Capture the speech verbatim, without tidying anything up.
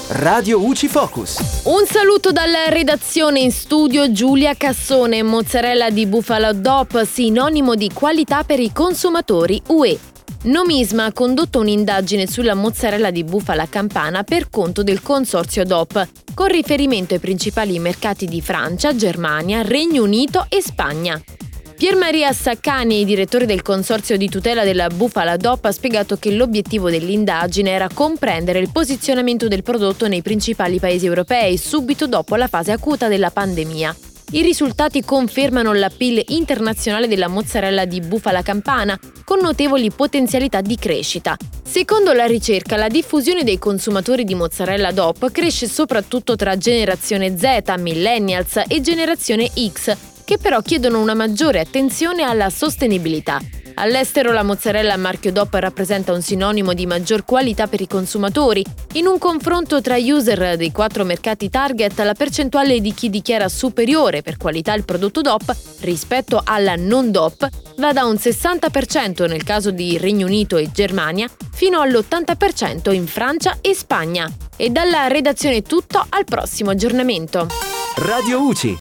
Radio U C I Focus. Un saluto dalla redazione, in studio Giulia Cassone. Mozzarella di bufala D O P, sinonimo di qualità per i consumatori U E. Nomisma ha condotto un'indagine sulla mozzarella di bufala campana per conto del consorzio D O P, con riferimento ai principali mercati di Francia, Germania, Regno Unito e Spagna. Pier Maria Saccani, direttore del consorzio di tutela della bufala D O P, ha spiegato che l'obiettivo dell'indagine era comprendere il posizionamento del prodotto nei principali paesi europei subito dopo la fase acuta della pandemia. I risultati confermano l'appeal internazionale della mozzarella di bufala campana, con notevoli potenzialità di crescita. Secondo la ricerca, la diffusione dei consumatori di mozzarella D O P cresce soprattutto tra generazione Z, millennials e generazione X, che però chiedono una maggiore attenzione alla sostenibilità. All'estero la mozzarella a marchio D O P rappresenta un sinonimo di maggior qualità per i consumatori. In un confronto tra user dei quattro mercati target, la percentuale di chi dichiara superiore per qualità il prodotto D O P rispetto alla non D O P va da un sessanta per cento nel caso di Regno Unito e Germania fino all'ottanta per cento in Francia e Spagna. E dalla redazione è tutto, al prossimo aggiornamento. Radio U C I.